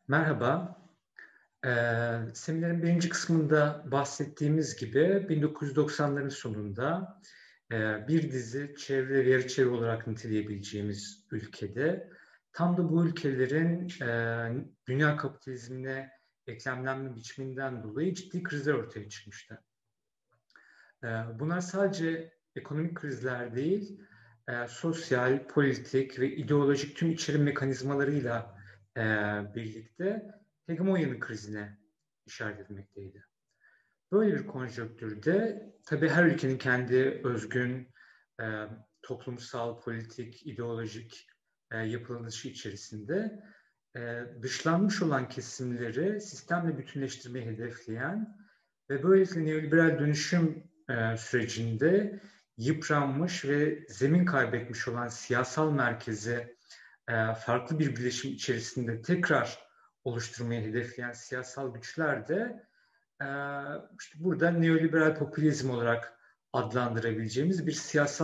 Merhaba. Seminerin birinci kısmında bahsettiğimiz gibi 1990'ların sonunda bir dizi çevre ve yarı çevre olarak niteleyebileceğimiz ülkede tam da bu ülkelerin dünya kapitalizmine eklemlenme biçiminden dolayı ciddi krizler ortaya çıkmıştı. Bunlar sadece ekonomik krizler değil, sosyal, politik ve ideolojik tüm içerim mekanizmalarıyla birlikte hegemonyanın krizine işaret etmekteydi. Böyle bir konjonktürde tabii her ülkenin kendi özgün toplumsal, politik, ideolojik yapılanışı içerisinde dışlanmış olan kesimleri sistemle bütünleştirmeyi hedefleyen ve böylelikle neoliberal dönüşüm sürecinde yıpranmış ve zemin kaybetmiş olan siyasal merkezi farklı bir birleşim içerisinde tekrar oluşturmayı hedefleyen siyasal güçler de işte burada neoliberal popülizm olarak adlandırabileceğimiz bir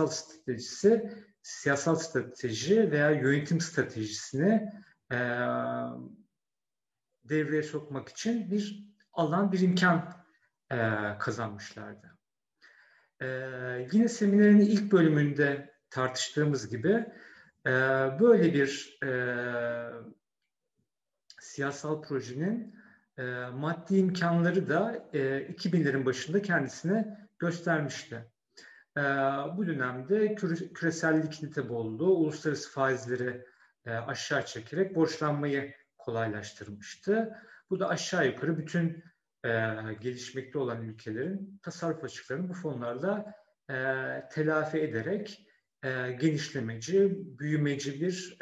siyasal strateji veya yönetim stratejisini devreye sokmak için bir alan, bir imkan kazanmışlardı. Yine seminerin ilk bölümünde tartıştığımız gibi böyle bir siyasal projenin maddi imkanları da 2000'lerin başında kendisine göstermişti. Bu dönemde küresel likidite bolluğu uluslararası faizleri aşağı çekerek borçlanmayı kolaylaştırmıştı. Bu da aşağı yukarı bütün gelişmekte olan ülkelerin tasarruf açıklarını bu fonlarla telafi ederek genişlemeci, büyümeci bir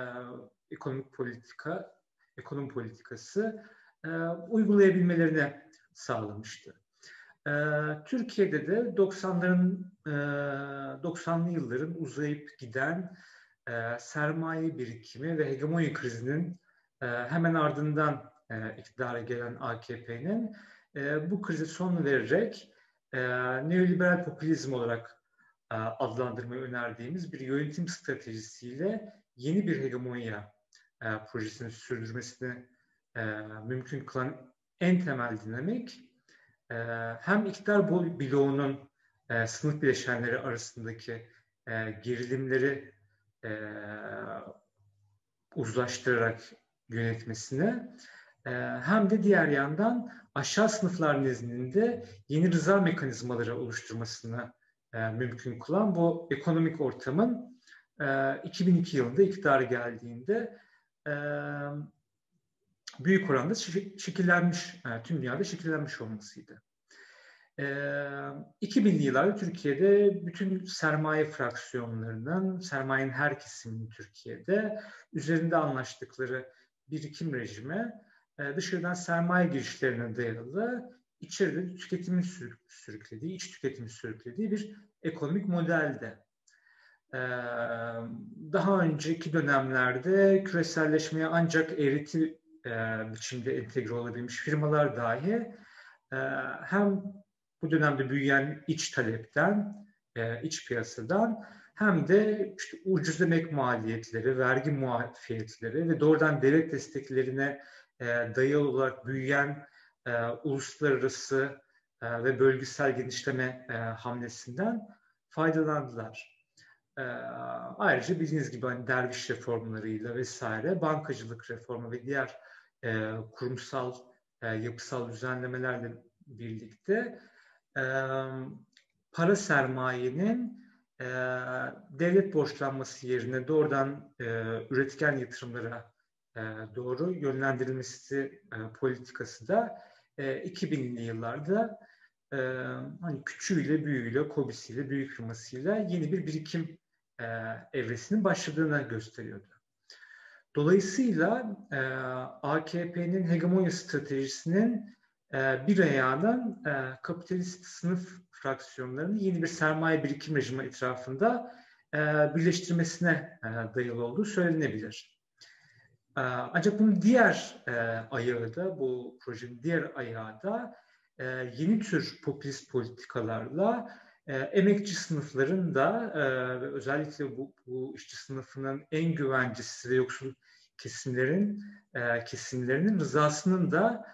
ekonomi politikası uygulayabilmelerine sağlamıştı. Türkiye'de de 90'lı yılların uzayıp giden sermaye birikimi ve hegemonya krizinin hemen ardından iktidara gelen AKP'nin bu krize son vererek neoliberal popülizm olarak adlandırmayı önerdiğimiz bir yönetim stratejisiyle yeni bir hegemonya projesini sürdürmesini mümkün kılan en temel dinamik hem iktidar bloğunun sınıf bileşenleri arasındaki gerilimleri uzlaştırarak yönetmesine hem de diğer yandan aşağı sınıflar nezdinde yeni rıza mekanizmaları oluşturmasını mümkün kılan bu ekonomik ortamın 2002 yılında iktidara geldiğinde büyük oranda şekillenmiş, tüm dünyada şekillenmiş olmasıydı. 2000'li yıllarda Türkiye'de bütün sermaye fraksiyonlarının, sermayenin her kesiminin Türkiye'de üzerinde anlaştıkları birikim rejimi dışarıdan sermaye girişlerine dayalı, içeride tüketimin sürüklediği, iç tüketimin sürüklediği bir ekonomik modelde. Daha önceki dönemlerde küreselleşmeye ancak eğreti biçimde entegre olabilmiş firmalar dahi hem bu dönemde büyüyen iç talepten, iç piyasadan hem de işte ucuz emek maliyetleri, vergi muafiyetleri ve doğrudan devlet desteklerine dayalı olarak büyüyen uluslararası ve bölgesel genişleme hamlesinden faydalandılar. Ayrıca bildiğiniz gibi hani derviş reformlarıyla vesaire bankacılık reformu ve diğer kurumsal yapısal düzenlemelerle birlikte para sermayenin devlet borçlanması yerine doğrudan üretken yatırımlara doğru yönlendirilmesi politikası da 2000'li yıllarda hani küçüğüyle, büyüğüyle, KOBİ'siyle, büyük firmasıyla yeni bir birikim evresinin başladığını gösteriyordu. Dolayısıyla AKP'nin hegemonya stratejisinin bir ayağının kapitalist sınıf fraksiyonlarını yeni bir sermaye birikim rejimi etrafında birleştirmesine dayalı olduğu söylenebilir. Ancak bunun diğer ayağı da, bu projenin diğer ayağı da yeni tür popülist politikalarla emekçi sınıfların da ve özellikle bu işçi sınıfının en güvencesiz ve yoksul kesimlerinin rızasının da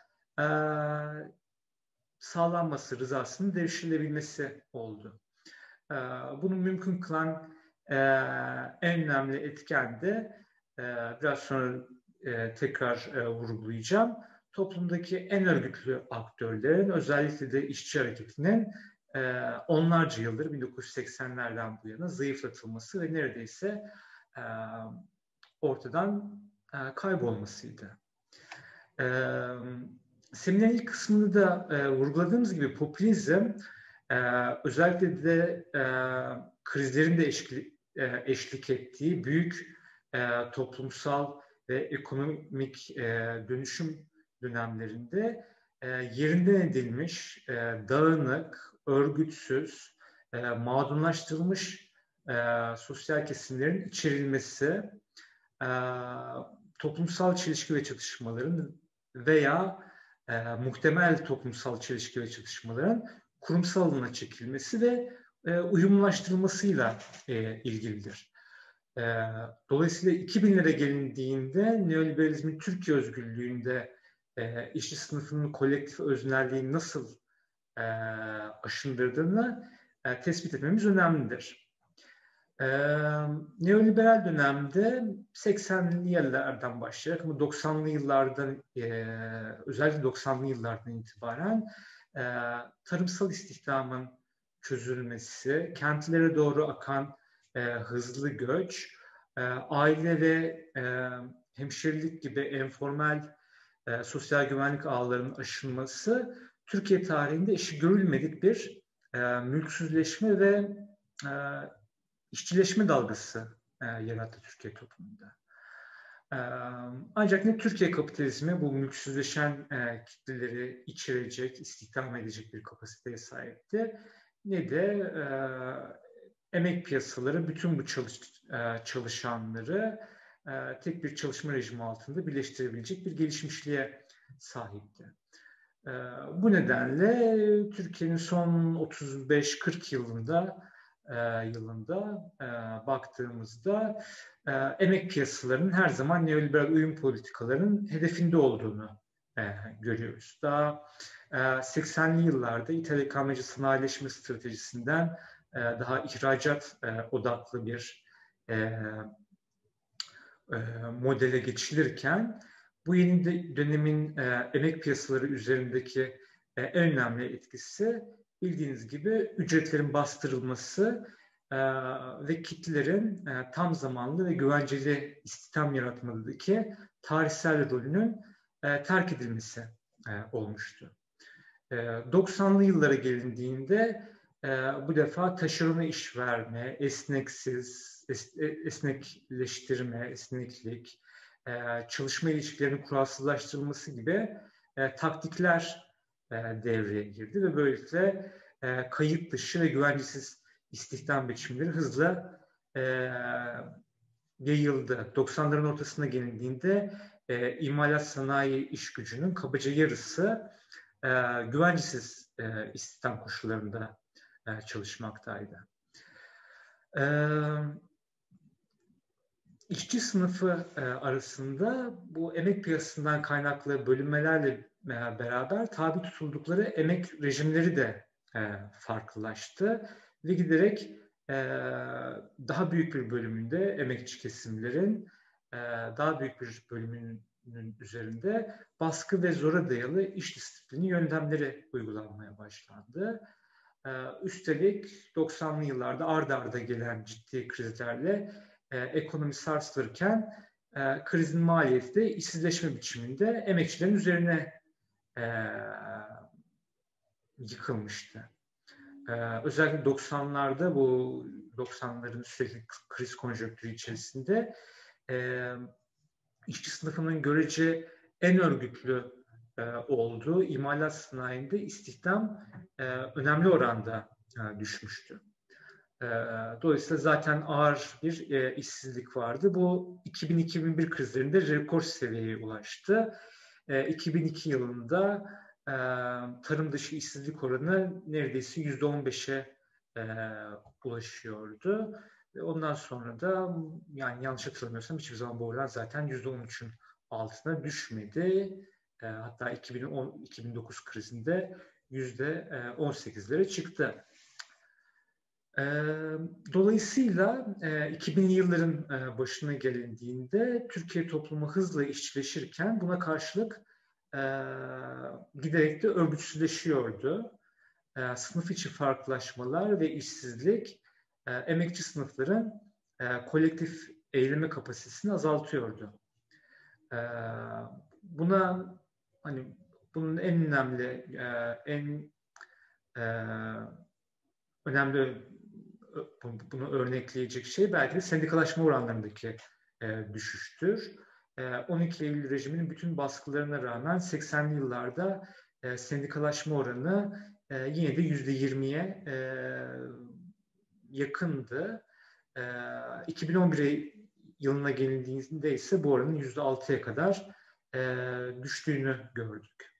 sağlanması, rızasının devşirilebilmesi oldu. Bunu mümkün kılan en önemli etken de biraz sonra tekrar vurgulayacağım. Toplumdaki en örgütlü aktörlerin, özellikle de işçi hareketinin onlarca yıldır 1980'lerden bu yana zayıflatılması ve neredeyse ortadan kaybolmasıydı. Seminerin ilk kısmını da vurguladığımız gibi popülizm özellikle de krizlerin de eşlik ettiği büyük toplumsal ve ekonomik dönüşüm dönemlerinde yerinden edilmiş, dağınık, örgütsüz, mağdurlaştırılmış sosyal kesimlerin içerilmesi, toplumsal çelişki ve çatışmaların veya muhtemel toplumsal çelişki ve çatışmaların kurumsal alana çekilmesi ve uyumlaştırılmasıyla ilgilidir. Dolayısıyla 2000'lere gelindiğinde neoliberalizmin Türkiye özgürlüğünde işçi sınıfının kolektif öznelliği nasıl aşındırdığını tespit etmemiz önemlidir. Neoliberal dönemde 80'li yıllardan başlayarak ama 90'lı yıllardan özellikle 90'lı yıllardan itibaren tarımsal istihdamın çözülmesi, kentlere doğru akan hızlı göç, aile ve hemşirelik gibi informal sosyal güvenlik ağlarının aşılması Türkiye tarihinde eşi görülmedik bir mülksüzleşme ve işçileşme dalgası yarattı Türkiye toplumunda. Ancak ne Türkiye kapitalizmi bu mülksüzleşen kitleleri içerecek, istihdam edecek bir kapasiteye sahipti, ne de emek piyasaları bütün bu çalışanları tek bir çalışma rejimi altında birleştirebilecek bir gelişmişliğe sahipti. Bu nedenle Türkiye'nin son 35-40 yılında baktığımızda emek piyasalarının her zaman neoliberal uyum politikalarının hedefinde olduğunu görüyoruz. Daha 80'li yıllarda ithal ikameci sanayileşme stratejisinden daha ihracat odaklı bir modele geçilirken bu yeni dönemin emek piyasaları üzerindeki en önemli etkisi bildiğiniz gibi ücretlerin bastırılması ve kitlelerin tam zamanlı ve güvenceli istihdam yaratmadaki tarihsel rolünün terk edilmesi olmuştu. 90'lı yıllara gelindiğinde bu defa taşerona iş verme, esnekleştirme, esneklik, çalışma ilişkilerinin kuralsızlaştırılması gibi taktikler devreye girdi ve böylelikle kayıt dışı ve güvencesiz istihdam biçimleri hızla yayıldı. 90'ların ortasına gelindiğinde imalat sanayi iş gücünün kabaca yarısı güvencesiz istihdam koşullarında çalışmaktaydı. İşçi sınıfı arasında bu emek piyasasından kaynaklı bölünmelerle beraber tabi tutuldukları emek rejimleri de farklılaştı ve giderek daha büyük bir bölümünde emekçi kesimlerin daha büyük bir bölümünün üzerinde baskı ve zora dayalı iş disiplini yöntemleri uygulanmaya başlandı. Üstelik 90'lı yıllarda ard arda gelen ciddi krizlerle ekonomi sarsılırken krizin maliyeti de işsizleşme biçiminde emekçilerin üzerine yıkılmıştı. Özellikle 90'larda bu 90'ların sürekli kriz konjonktürü içerisinde işçi sınıfının görece en örgütlü olduğu imalat sanayinde istihdam önemli oranda düşmüştü. Dolayısıyla zaten ağır bir işsizlik vardı. Bu 2000-2001 krizlerinde rekor seviyeye ulaştı. 2002 yılında tarım dışı işsizlik oranı neredeyse %15'e ulaşıyordu. Ve ondan sonra da yani yanlış hatırlamıyorsam hiçbir zaman bu oran zaten %13'ün altına düşmedi. Hatta 2010-2009 krizinde %18'lere çıktı. Dolayısıyla 2000'li yılların başına gelindiğinde Türkiye toplumu hızla işçileşirken buna karşılık giderek de örgütsüzleşiyordu. Sınıf içi farklılaşmalar ve işsizlik emekçi sınıfların kolektif eyleme kapasitesini azaltıyordu. Buna hani bunun en önemli bunu örnekleyecek şey belki de sendikalaşma oranlarındaki düşüştür. 12 Eylül rejiminin bütün baskılarına rağmen 80'li yıllarda sendikalaşma oranı yine de %20'ye yakındı. 2011 yılına gelindiğinde ise bu oranın %6'ya kadar düştüğünü gördük.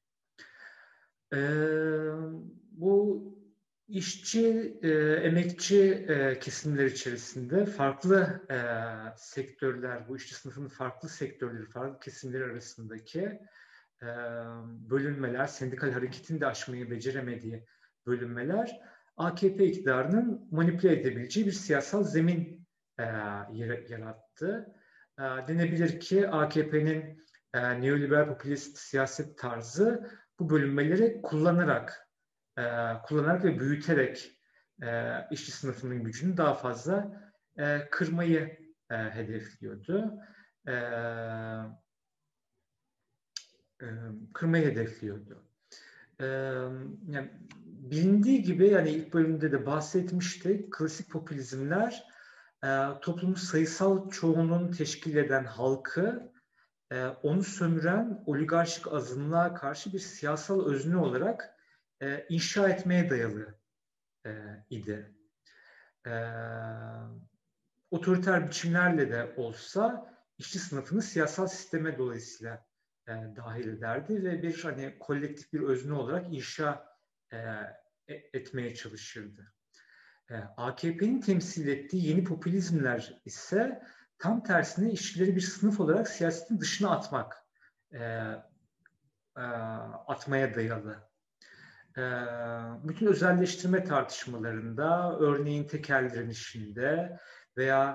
Bu işçi, emekçi kesimler içerisinde farklı sektörler, bu işçi sınıfının farklı sektörleri, farklı kesimleri arasındaki bölünmeler, sendikal hareketin de aşmayı beceremediği bölünmeler, AKP iktidarının manipüle edebileceği bir siyasal zemin yarattı. Denebilir ki AKP'nin neoliberal popülist siyaset tarzı bu bölünmeleri kullanarak ve büyüterek işçi sınıfının gücünü daha fazla kırmayı hedefliyordu. Yani bilindiği gibi yani ilk bölümde de bahsetmiştik, klasik popülizmler toplumun sayısal çoğunluğunu teşkil eden halkı onu sömüren oligarşik azınlığa karşı bir siyasal özne olarak inşa etmeye dayalı idi. Otoriter biçimlerle de olsa işçi sınıfını siyasal sisteme dolayısıyla dahil ederdi ve bir hani kolektif bir özne olarak inşa etmeye çalışırdı. AKP'nin temsil ettiği yeni popülizmler ise tam tersine işçileri bir sınıf olarak siyasetin dışına atmaya dayalı. Bütün özelleştirme tartışmalarında, örneğin tekel direnişinde veya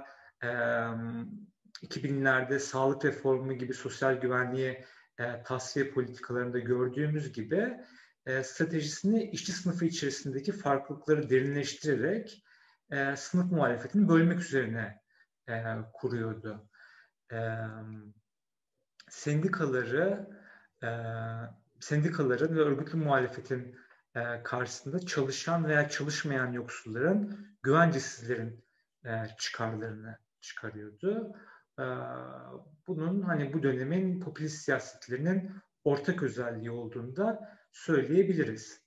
2000'lerde sağlık reformu gibi sosyal güvenliği tasfiye politikalarında gördüğümüz gibi stratejisini işçi sınıfı içerisindeki farklılıkları derinleştirerek sınıf muhalefetini bölmek üzerine kuruyordu. Sendikaların ve örgütlü muhalefetin karşısında çalışan veya çalışmayan yoksulların, güvencesizlerin çıkarlarını çıkarıyordu. Bunun hani bu dönemin popülist siyasetlerinin ortak özelliği olduğunu da söyleyebiliriz.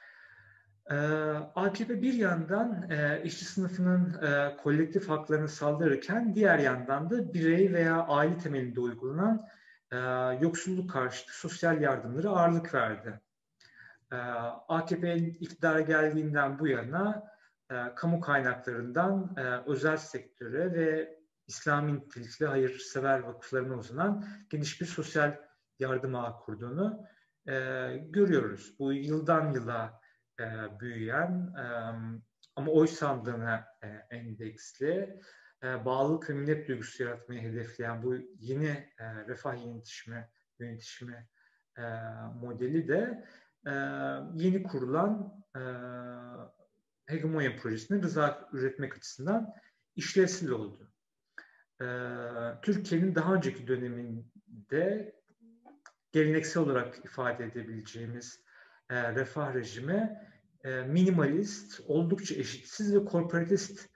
AKP bir yandan işçi sınıfının kolektif haklarını saldırırken diğer yandan da birey veya aile temelinde uygulanan yoksulluk karşıtı sosyal yardımlara ağırlık verdi. AKP'nin iktidara geldiğinden bu yana kamu kaynaklarından özel sektöre ve İslami nitelikli hayırsever vakıflarına uzanan geniş bir sosyal yardım ağı kurduğunu görüyoruz. Bu yıldan yıla büyüyen ama oy sandığına endeksli, bağlılık ve millet duygusu yaratmayı hedefleyen bu yeni refah yönetişme modeli de yeni kurulan hegemonya projesine rıza üretmek açısından işlevsel oldu. Türkiye'nin daha önceki döneminde geleneksel olarak ifade edebileceğimiz refah rejimi minimalist, oldukça eşitsiz ve korporatist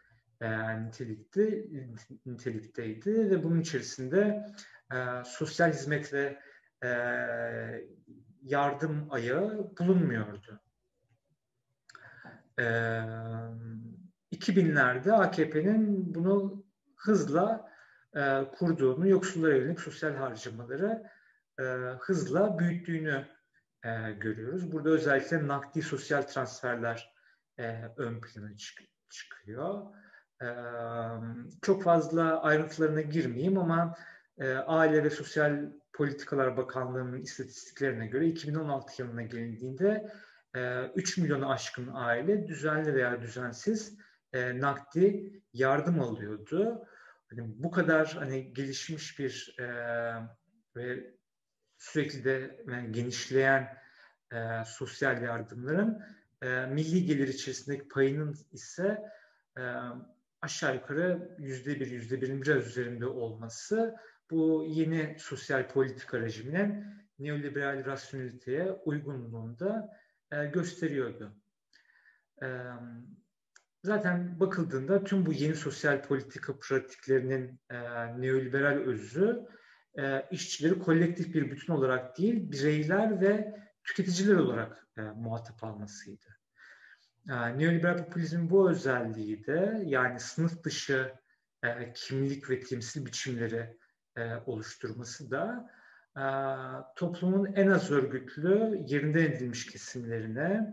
nitelikteydi ve bunun içerisinde sosyal hizmet ve yardım ayağı bulunmuyordu. 2000'lerde AKP'nin bunu hızla kurduğunu, yoksullara yönelik sosyal harcamaları hızla büyüttüğünü görüyoruz. Burada özellikle nakdi sosyal transferler ön plana çıkıyor. Çok fazla ayrıntılarına girmeyeyim ama Aile ve Sosyal Politikalar Bakanlığı'nın istatistiklerine göre 2016 yılına gelindiğinde 3 milyonu aşkın aile düzenli veya düzensiz nakdi yardım alıyordu. Hani bu kadar hani gelişmiş bir ve sürekli de yani genişleyen sosyal yardımların milli gelir içerisindeki payının ise aşağı yukarı %1'in biraz üzerinde olması bu yeni sosyal politika rejiminin neoliberal rasyoneliteye uygunluğunu da gösteriyordu. Zaten bakıldığında tüm bu yeni sosyal politika pratiklerinin neoliberal özü işçileri kolektif bir bütün olarak değil, bireyler ve tüketiciler olarak muhatap almasıydı. Neoliberal popülizmin bu özelliği de yani sınıf dışı kimlik ve temsil biçimleri oluşturması da toplumun en az örgütlü, yerinden edilmiş kesimlerine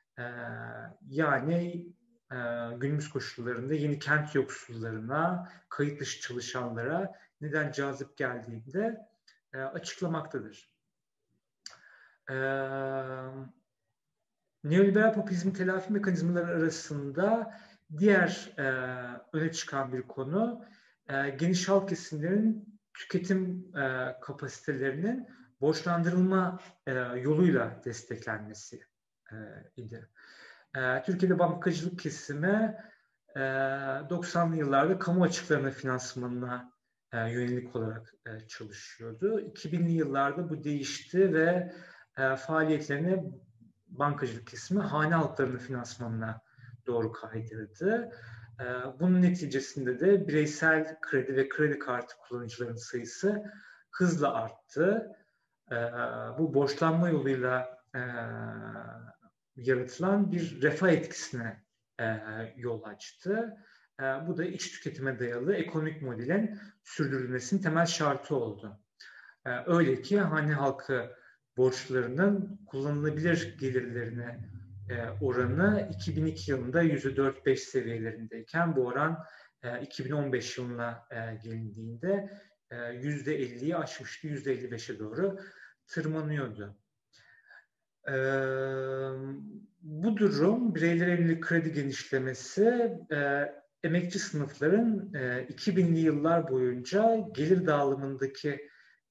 yani günümüz koşullarında yeni kent yoksullarına, kayıt dışı çalışanlara neden cazip geldiğinde açıklamaktadır. Neoliberal popülizm telafi mekanizmaları arasında diğer öne çıkan bir konu geniş halk kesimlerin tüketim kapasitelerinin borçlandırılma yoluyla desteklenmesi idi. Türkiye'de bankacılık kesimi 90'lı yıllarda kamu açıklarına finansmanına yönelik olarak çalışıyordu. 2000'li yıllarda bu değişti ve faaliyetlerini bankacılık kesimi hane halklarının finansmanına doğru kaydırdı. Bunun neticesinde de bireysel kredi ve kredi kartı kullanıcılarının sayısı hızla arttı. Bu borçlanma yoluyla yaratılan bir refah etkisine yol açtı. Bu da iç tüketime dayalı ekonomik modelin sürdürülmesinin temel şartı oldu. Öyle ki hane halkı borçlarının kullanılabilir gelirlerine oranı 2002 yılında %4-5 seviyelerindeyken bu oran 2015 yılına gelindiğinde %50'yi aşmıştı, %55'e doğru tırmanıyordu. Bu durum bireylere yönelik kredi genişlemesi emekçi sınıfların 2000'li yıllar boyunca gelir dağılımındaki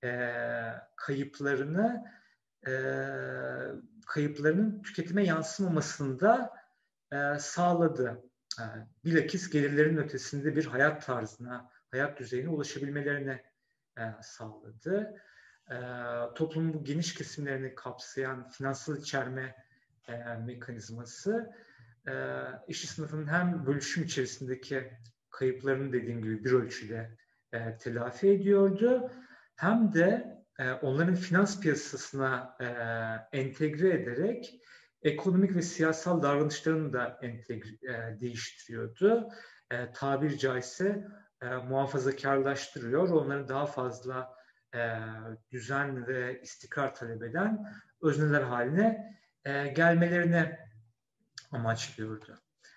kayıplarının tüketime yansımamasında sağladı. Bilakis gelirlerin ötesinde bir hayat tarzına, hayat düzeyine ulaşabilmelerini sağladı. Toplumun bu geniş kesimlerini kapsayan finansal içerme mekanizması işçi sınıfının hem bölüşüm içerisindeki kayıplarını dediğim gibi bir ölçüde telafi ediyordu. Hem de onların finans piyasasına entegre ederek ekonomik ve siyasal davranışlarını da değiştiriyordu. Tabiri caizse muhafazakarlaştırıyor. Onları daha fazla düzen ve istikrar talep eden özneler haline gelmelerini amaçlıyordu.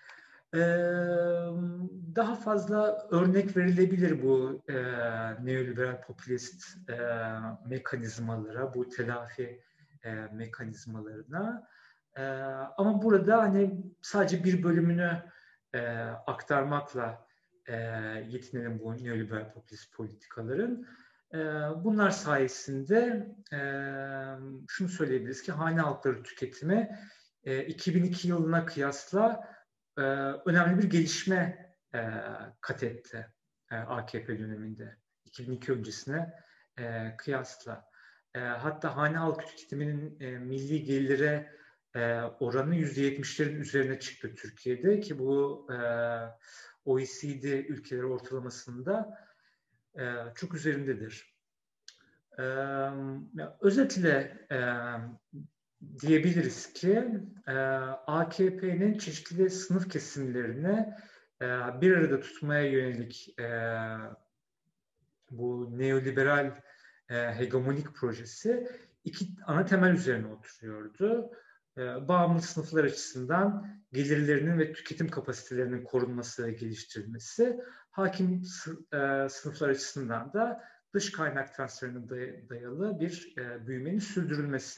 Daha fazla örnek verilebilir bu neoliberal popülist mekanizmalara, bu telafi mekanizmalarına. Ama burada hani sadece bir bölümünü aktarmakla yetinelim bu neoliberal popülist politikaların. Bunlar sayesinde şunu söyleyebiliriz ki hane halkları tüketimi 2002 yılına kıyasla önemli bir gelişme kat etti AKP döneminde. 2002 öncesine kıyasla. Hatta hane halkı tüketiminin milli gelire oranı %70'lerin üzerine çıktı Türkiye'de ki bu OECD ülkeleri ortalamasında çok üzerindedir. Özetle diyebiliriz ki AKP'nin çeşitli sınıf kesimlerini bir arada tutmaya yönelik bu neoliberal hegemonik projesi iki ana temel üzerine oturuyordu. bağımlı sınıflar açısından gelirlerinin ve tüketim kapasitelerinin korunması ve geliştirilmesi, hakim sınıflar açısından da dış kaynak transferine dayalı bir büyümenin sürdürülmesi.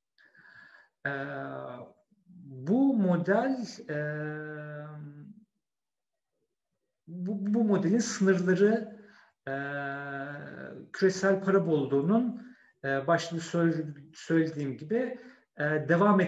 Bu model bu modelin sınırları küresel para bolluğunun başta söylediğim gibi devam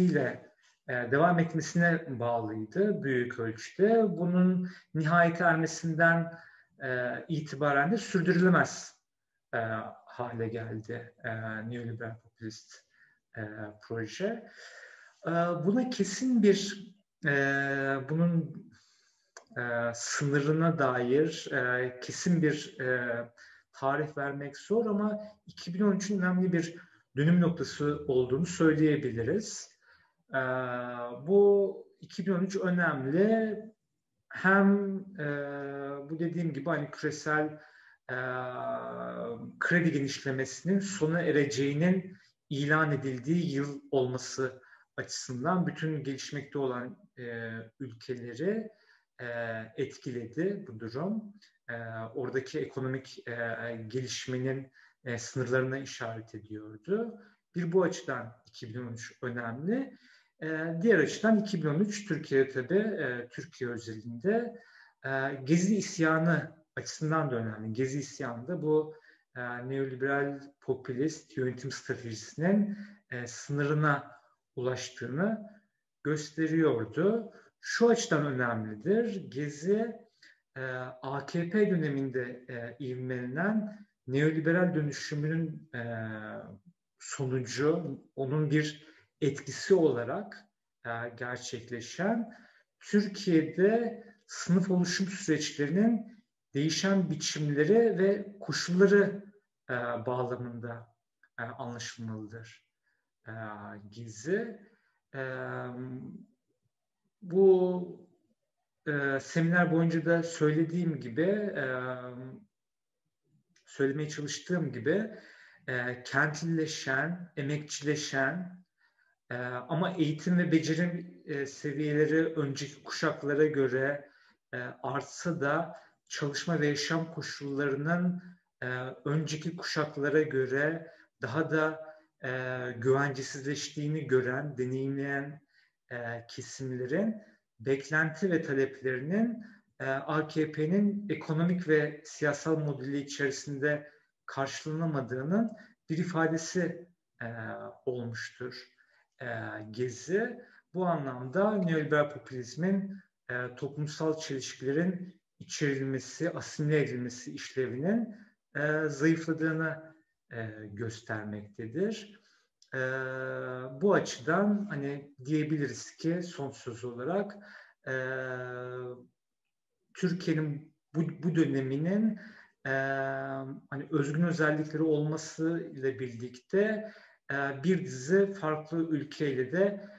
etmesine bağlıydı büyük ölçüde. Bunun nihayete ermesinden itibaren de sürdürülemez hale geldi neoliberal popülist proje. Buna kesin bir bunun sınırına dair kesin bir tarih vermek zor ama 2013'ün önemli bir dönüm noktası olduğunu söyleyebiliriz. Bu 2013 önemli. Hem bu dediğim gibi hani küresel kredi genişlemesinin sona ereceğinin ilan edildiği yıl olması açısından bütün gelişmekte olan ülkeleri etkiledi bu durum. Oradaki ekonomik gelişmenin sınırlarına işaret ediyordu. Bir bu açıdan 2013 önemli. Diğer açıdan 2013 Türkiye tabii Türkiye özelinde Gezi isyanı açısından da önemli. Gezi isyanında bu neoliberal popülist yönetim stratejisinin sınırına ulaştığını gösteriyordu. Şu açıdan önemlidir. Gezi AKP döneminde ivmelenen neoliberal dönüşümünün sonucu, onun bir etkisi olarak gerçekleşen Türkiye'de sınıf oluşum süreçlerinin değişen biçimleri ve koşulları bağlamında anlaşılmalıdır. Gezi bu seminer boyunca da söylediğim gibi, söylemeye çalıştığım gibi kentlileşen, emekçileşen ama eğitim ve beceri seviyeleri önceki kuşaklara göre artsa da çalışma ve yaşam koşullarının önceki kuşaklara göre daha da güvencesizleştiğini gören, deneyimleyen kesimlerin beklenti ve taleplerinin AKP'nin ekonomik ve siyasal modeli içerisinde karşılanamadığının bir ifadesi olmuştur Gezi. Bu anlamda neoliberal popülizmin toplumsal çelişkilerin içerilmesi, asimile edilmesi işlevinin zayıfladığını göstermektedir. Bu açıdan hani diyebiliriz ki son söz olarak Türkiye'nin bu döneminin hani özgün özellikleri olması ile birlikte bir dizi farklı ülkeyle de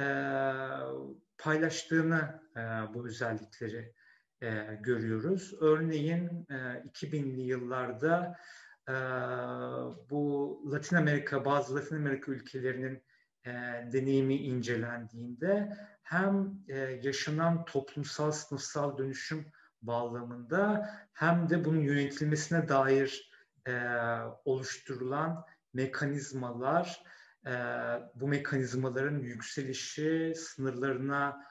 paylaştığını bu özellikleri görüyoruz. Örneğin 2000'li yıllarda bu bazı Latin Amerika ülkelerinin deneyimi incelendiğinde hem yaşanan toplumsal sınıfsal dönüşüm bağlamında hem de bunun yönetilmesine dair oluşturulan mekanizmalar, bu mekanizmaların yükselişi, sınırlarına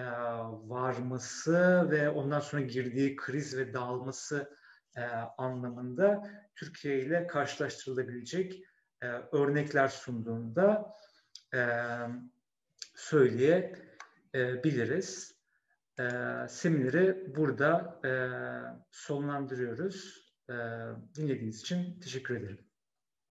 varması ve ondan sonra girdiği kriz ve dağılması anlamında Türkiye ile karşılaştırılabilecek örnekler sunduğunda söyleyebiliriz. Semineri burada sonlandırıyoruz. Dinlediğiniz için teşekkür ederim.